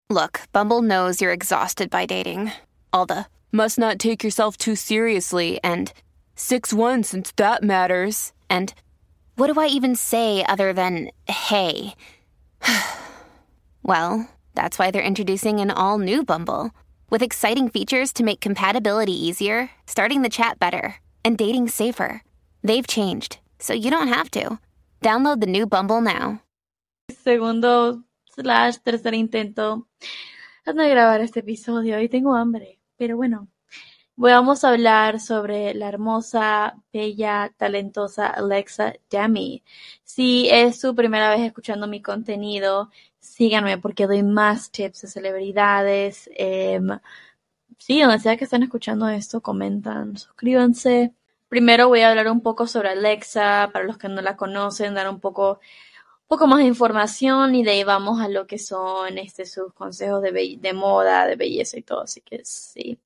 Look, Bumble knows you're exhausted by dating. All the must not take yourself too seriously and 6'1" since that matters. And what do I even say other than hey? Well, that's why they're introducing an all-new Bumble with exciting features to make compatibility easier, starting the chat better, and dating safer. They've changed, so you don't have to. Download the new Bumble now. Segundo / tercer intento de grabar este episodio y tengo hambre, pero bueno, vamos a hablar sobre la hermosa, bella, talentosa Alexa Demie. Si es su primera vez escuchando mi contenido, síganme porque doy más tips de celebridades. Sí, donde sea que estén escuchando esto, comentan, suscríbanse. Primero voy a hablar un poco sobre Alexa, para los que no la conocen, dar un poco más de información y de ahí vamos a lo que son sus consejos de moda, de belleza y todo, así que sí.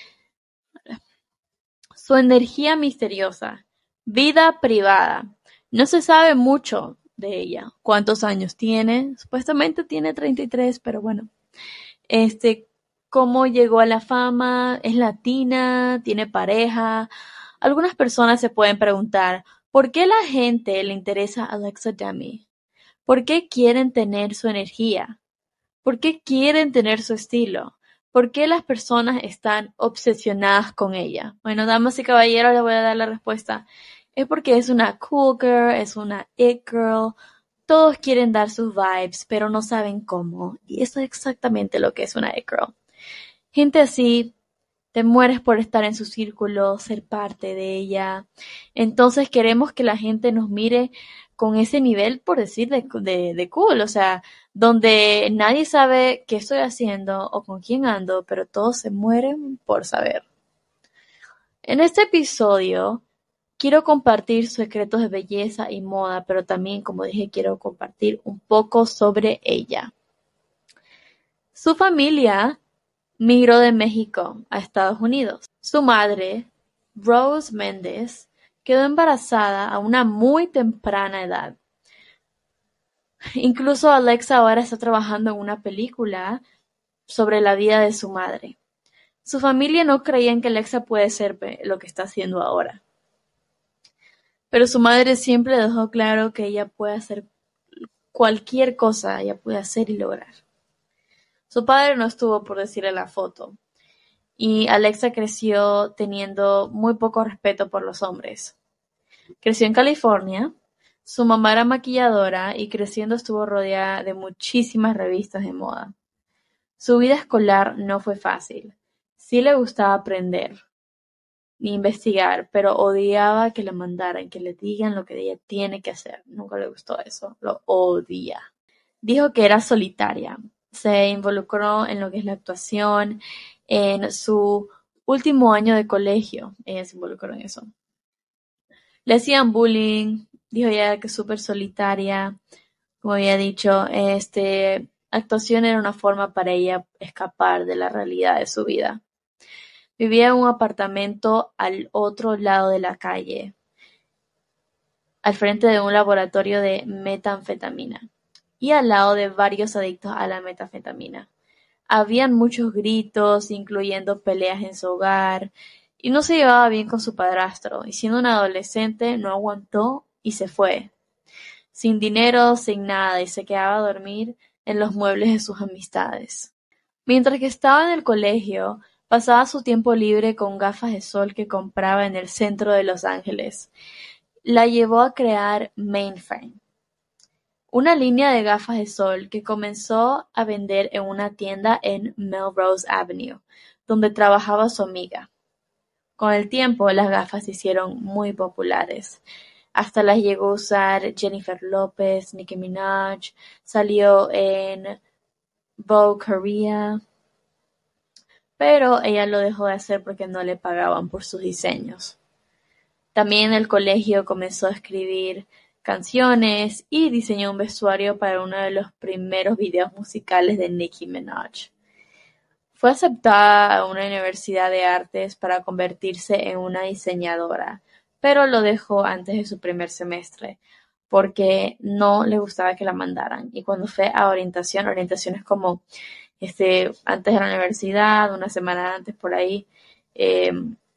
Su energía misteriosa, vida privada. No se sabe mucho de ella. ¿Cuántos años tiene? Supuestamente tiene 33, pero bueno. ¿Cómo llegó a la fama? ¿Es latina? ¿Tiene pareja? Algunas personas se pueden preguntar, ¿por qué la gente le interesa a Alexa Demie? ¿Por qué quieren tener su energía? ¿Por qué quieren tener su estilo? ¿Por qué las personas están obsesionadas con ella? Bueno, damas y caballeros, les voy a dar la respuesta. Es porque es una cool girl, es una it girl. Todos quieren dar sus vibes, pero no saben cómo. Y eso es exactamente lo que es una it girl. Gente así, te mueres por estar en su círculo, ser parte de ella. Entonces queremos que la gente nos mire con ese nivel, por decir, de cool, o sea, donde nadie sabe qué estoy haciendo o con quién ando, pero todos se mueren por saber. En este episodio quiero compartir secretos de belleza y moda, pero también, como dije, quiero compartir un poco sobre ella. Su familia migró de México a Estados Unidos. Su madre, Rose Méndez, quedó embarazada a una muy temprana edad. Incluso Alexa ahora está trabajando en una película sobre la vida de su madre. Su familia no creía en que Alexa puede ser lo que está haciendo ahora. Pero su madre siempre dejó claro que ella puede hacer cualquier cosa, ella puede hacer y lograr. Su padre no estuvo por decirle la foto. Y Alexa creció teniendo muy poco respeto por los hombres. Creció en California, su mamá era maquilladora y creciendo estuvo rodeada de muchísimas revistas de moda. Su vida escolar no fue fácil. Sí le gustaba aprender ni investigar, pero odiaba que le mandaran, que le digan lo que ella tiene que hacer. Nunca le gustó eso, lo odia. Dijo que era solitaria. Se involucró en lo que es la actuación. En su último año de colegio, ella se involucró en eso. Le hacían bullying, dijo ella que es súper solitaria. Como había dicho, actuación era una forma para ella escapar de la realidad de su vida. Vivía en un apartamento al otro lado de la calle, al frente de un laboratorio de metanfetamina y al lado de varios adictos a la metanfetamina. Habían muchos gritos, incluyendo peleas en su hogar, y no se llevaba bien con su padrastro, y siendo una adolescente no aguantó y se fue. Sin dinero, sin nada, y se quedaba a dormir en los muebles de sus amistades. Mientras que estaba en el colegio, pasaba su tiempo libre con gafas de sol que compraba en el centro de Los Ángeles. La llevó a crear Mainframe, una línea de gafas de sol que comenzó a vender en una tienda en Melrose Avenue, donde trabajaba su amiga. Con el tiempo, las gafas se hicieron muy populares. Hasta las llegó a usar Jennifer López, Nicki Minaj, salió en Vogue Korea, pero ella lo dejó de hacer porque no le pagaban por sus diseños. También en el colegio comenzó a escribir canciones y diseñó un vestuario para uno de los primeros videos musicales de Nicki Minaj. Fue aceptada a una universidad de artes para convertirse en una diseñadora, pero lo dejó antes de su primer semestre, porque no le gustaba que la mandaran. Y cuando fue a orientación es como antes de la universidad, una semana antes por ahí, eh,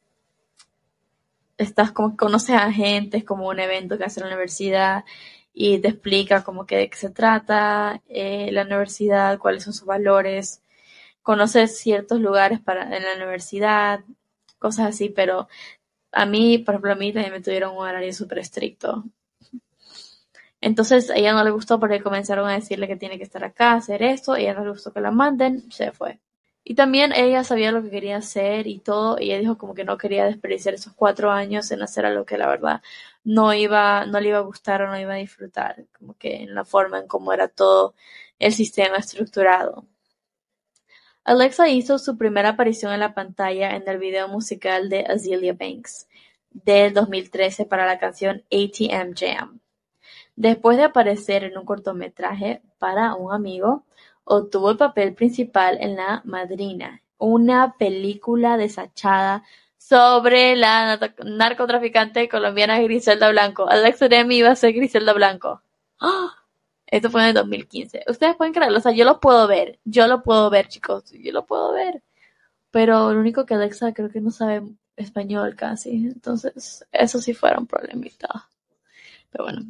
estás como que conoces a gente, es como un evento que hace la universidad y te explica como que de qué se trata la universidad, cuáles son sus valores, conoces ciertos lugares en la universidad, cosas así, pero a mí, por ejemplo, a mí también me tuvieron un horario súper estricto. Entonces a ella no le gustó porque comenzaron a decirle que tiene que estar acá, hacer esto, y a ella no le gustó que la manden, se fue. Y también ella sabía lo que quería hacer y todo, y ella dijo como que no quería desperdiciar esos 4 años en hacer algo que la verdad no le iba a gustar o no iba a disfrutar, como que en la forma en cómo era todo el sistema estructurado. Alexa hizo su primera aparición en la pantalla en el video musical de Azealia Banks del 2013 para la canción ATM Jam. Después de aparecer en un cortometraje para un amigo, obtuvo el papel principal en La Madrina, una película desachada sobre la narcotraficante colombiana Griselda Blanco. Alexa Demi iba a ser Griselda Blanco. ¡Ah! Esto fue en el 2015. Ustedes pueden creerlo, o sea, yo lo puedo ver, chicos, yo lo puedo ver. Pero lo único que Alexa creo que no sabe español casi, entonces eso sí fuera un problemita. Pero bueno.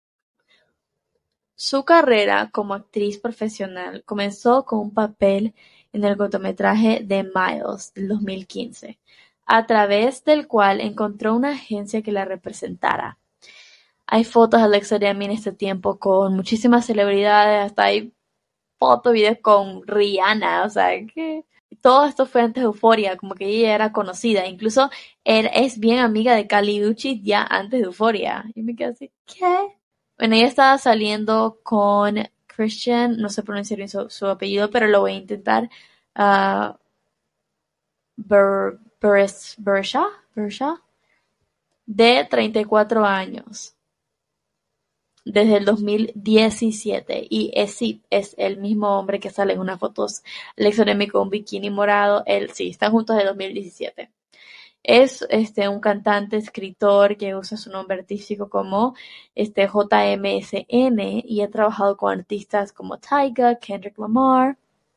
Su carrera como actriz profesional comenzó con un papel en el cortometraje The Miles del 2015, a través del cual encontró una agencia que la representara. Hay fotos de Alexa Demi en este tiempo con muchísimas celebridades, hasta hay fotos, videos con Rihanna, o sea, que todo esto fue antes de Euphoria, como que ella era conocida, incluso es bien amiga de Kali Uchis ya antes de Euphoria. Y me quedé así, ¿qué? Bueno, ella estaba saliendo con Christian, no sé pronunciar bien su apellido, pero lo voy a intentar. Uh, Bersha, de 34 años, desde el 2017. Y sí, es el mismo hombre que sale en unas fotos Alexa Demi con un bikini morado. Él sí, están juntos desde 2017. Es un cantante, escritor que usa su nombre artístico como JMSN y ha trabajado con artistas como Tyga, Kendrick Lamar.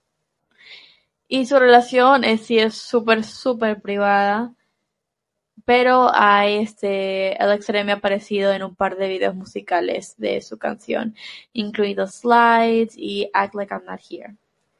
Y su relación sí es súper, súper privada. Pero Alexa Demi ha aparecido en un par de videos musicales de su canción, incluidos Slides y Act Like I'm Not Here.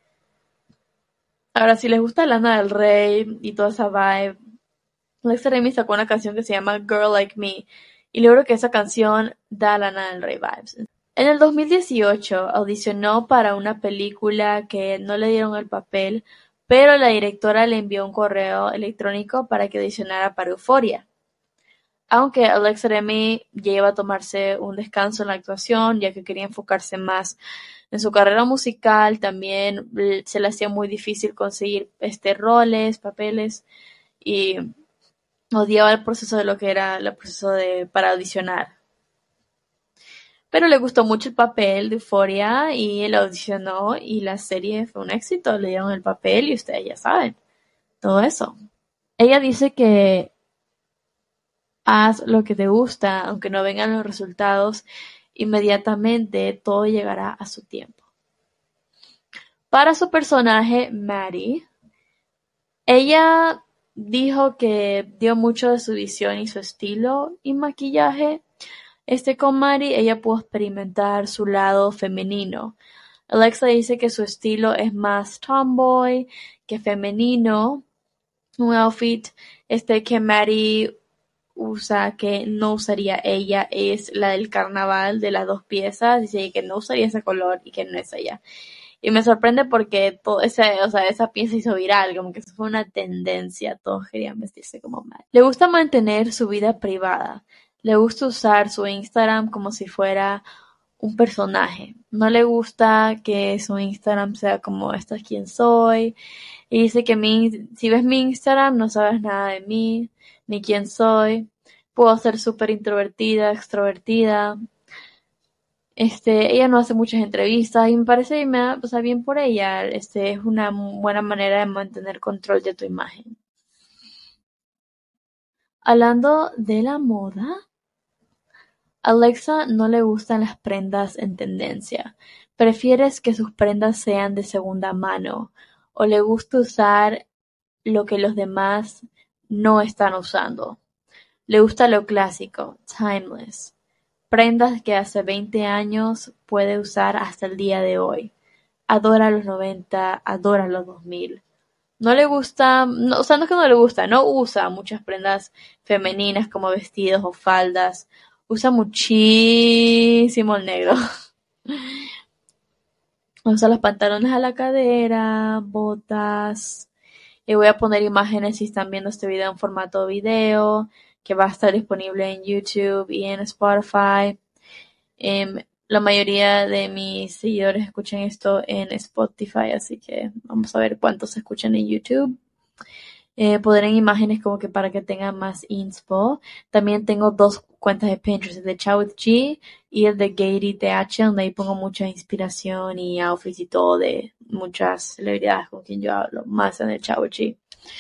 Ahora, si les gusta Lana del Rey y toda esa vibe, Alexa Demi sacó una canción que se llama Girl Like Me, y logro que esa canción da Lana del Rey vibes. En el 2018 audicionó para una película que no le dieron el papel, pero la directora le envió un correo electrónico para que audicionara para Euphoria. Aunque Alexa Demi ya iba a tomarse un descanso en la actuación, ya que quería enfocarse más en su carrera musical, también se le hacía muy difícil conseguir roles, papeles, y odiaba el proceso de lo que era el proceso para audicionar. Pero le gustó mucho el papel de Euphoria y él audicionó y la serie fue un éxito, le dieron el papel y ustedes ya saben todo eso. Ella dice que haz lo que te gusta, aunque no vengan los resultados inmediatamente, todo llegará a su tiempo. Para su personaje, Maddie, ella dijo que dio mucho de su visión y su estilo y maquillaje. Con Maddie, ella pudo experimentar su lado femenino. Alexa dice que su estilo es más tomboy que femenino. Un outfit que Maddie usa que no usaría ella es la del carnaval de las 2 piezas. Dice que no usaría ese color y que no es ella. Y me sorprende porque esa pieza hizo viral, como que eso fue una tendencia, todos querían vestirse como Maddie. Le gusta mantener su vida privada, le gusta usar su Instagram como si fuera un personaje, no le gusta que su Instagram sea como esta es quien soy, y dice que si ves mi Instagram no sabes nada de mí, ni quién soy, puedo ser súper introvertida, extrovertida. Ella no hace muchas entrevistas y me parece bien por ella. Es una buena manera de mantener control de tu imagen. Hablando de la moda, Alexa no le gustan las prendas en tendencia. Prefieres que sus prendas sean de segunda mano o le gusta usar lo que los demás no están usando. Le gusta lo clásico, timeless. Prendas que hace 20 años puede usar hasta el día de hoy. Adora los 90, adora los 2000. No le gusta, no, o sea, no es que no le gusta, no usa muchas prendas femeninas como vestidos o faldas. Usa muchísimo el negro. Usa los pantalones a la cadera, botas. Y voy a poner imágenes si están viendo este video en formato video, que va a estar disponible en YouTube y en Spotify. La mayoría de mis seguidores escuchan esto en Spotify, así que vamos a ver cuántos escuchan en YouTube. Poner en imágenes como que para que tengan más inspo. También tengo dos cuentas de Pinterest, el de Chao with G y el de Gary TH, donde ahí pongo mucha inspiración y outfits y todo de muchas celebridades con quien yo hablo, más en el Chao with G.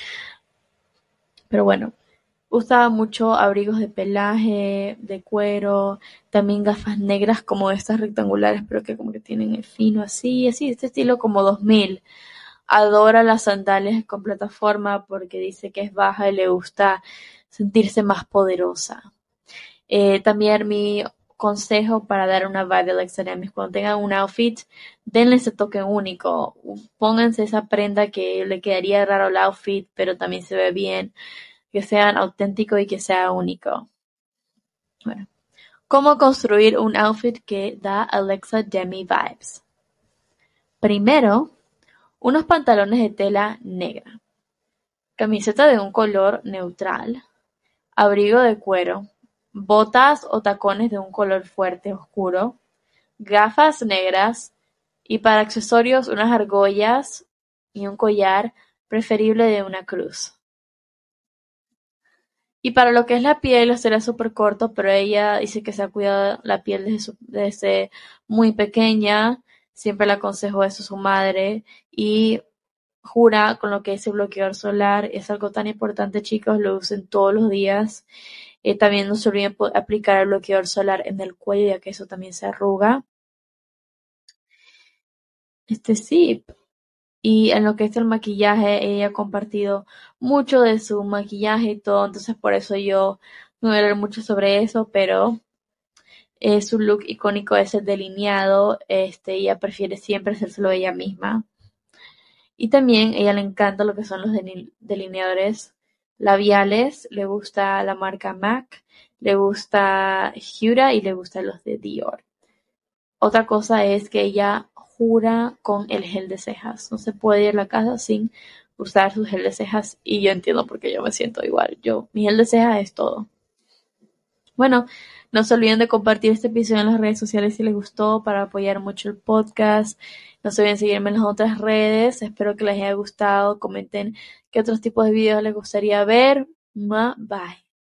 Pero bueno, usaba mucho abrigos de pelaje, de cuero, también gafas negras como estas rectangulares, pero que como que tienen el fino así, este estilo como 2000. Adora las sandalias con plataforma porque dice que es baja y le gusta sentirse más poderosa. También mi consejo para dar una vibe de Alexa es cuando tengan un outfit, denle ese toque único. Pónganse esa prenda que le quedaría raro al outfit, pero también se ve bien. Que sean auténticos y que sea único. Bueno, ¿cómo construir un outfit que da Alexa Demi vibes? Primero, unos pantalones de tela negra, camiseta de un color neutral, abrigo de cuero, botas o tacones de un color fuerte oscuro, gafas negras y para accesorios unas argollas y un collar, preferible de una cruz. Y para lo que es la piel, lo será súper corto, pero ella dice que se ha cuidado la piel desde muy pequeña. Siempre le aconsejó eso a su madre. Y jura con lo que es el bloqueador solar. Es algo tan importante, chicos, lo usen todos los días. También no se olviden aplicar el bloqueador solar en el cuello, ya que eso también se arruga. Sí. Y en lo que es el maquillaje, ella ha compartido mucho de su maquillaje y todo, entonces por eso yo no voy a hablar mucho sobre eso, pero su look icónico es el delineado, ella prefiere siempre hacérselo ella misma. Y también a ella le encanta lo que son los delineadores labiales, le gusta la marca MAC, le gusta Huda y le gustan los de Dior. Otra cosa es que ella jura con el gel de cejas. No se puede ir a la casa sin usar su gel de cejas y yo entiendo por qué yo me siento igual. Mi gel de cejas es todo. Bueno, no se olviden de compartir este episodio en las redes sociales si les gustó para apoyar mucho el podcast. No se olviden seguirme en las otras redes. Espero que les haya gustado. Comenten qué otros tipos de videos les gustaría ver. Bye.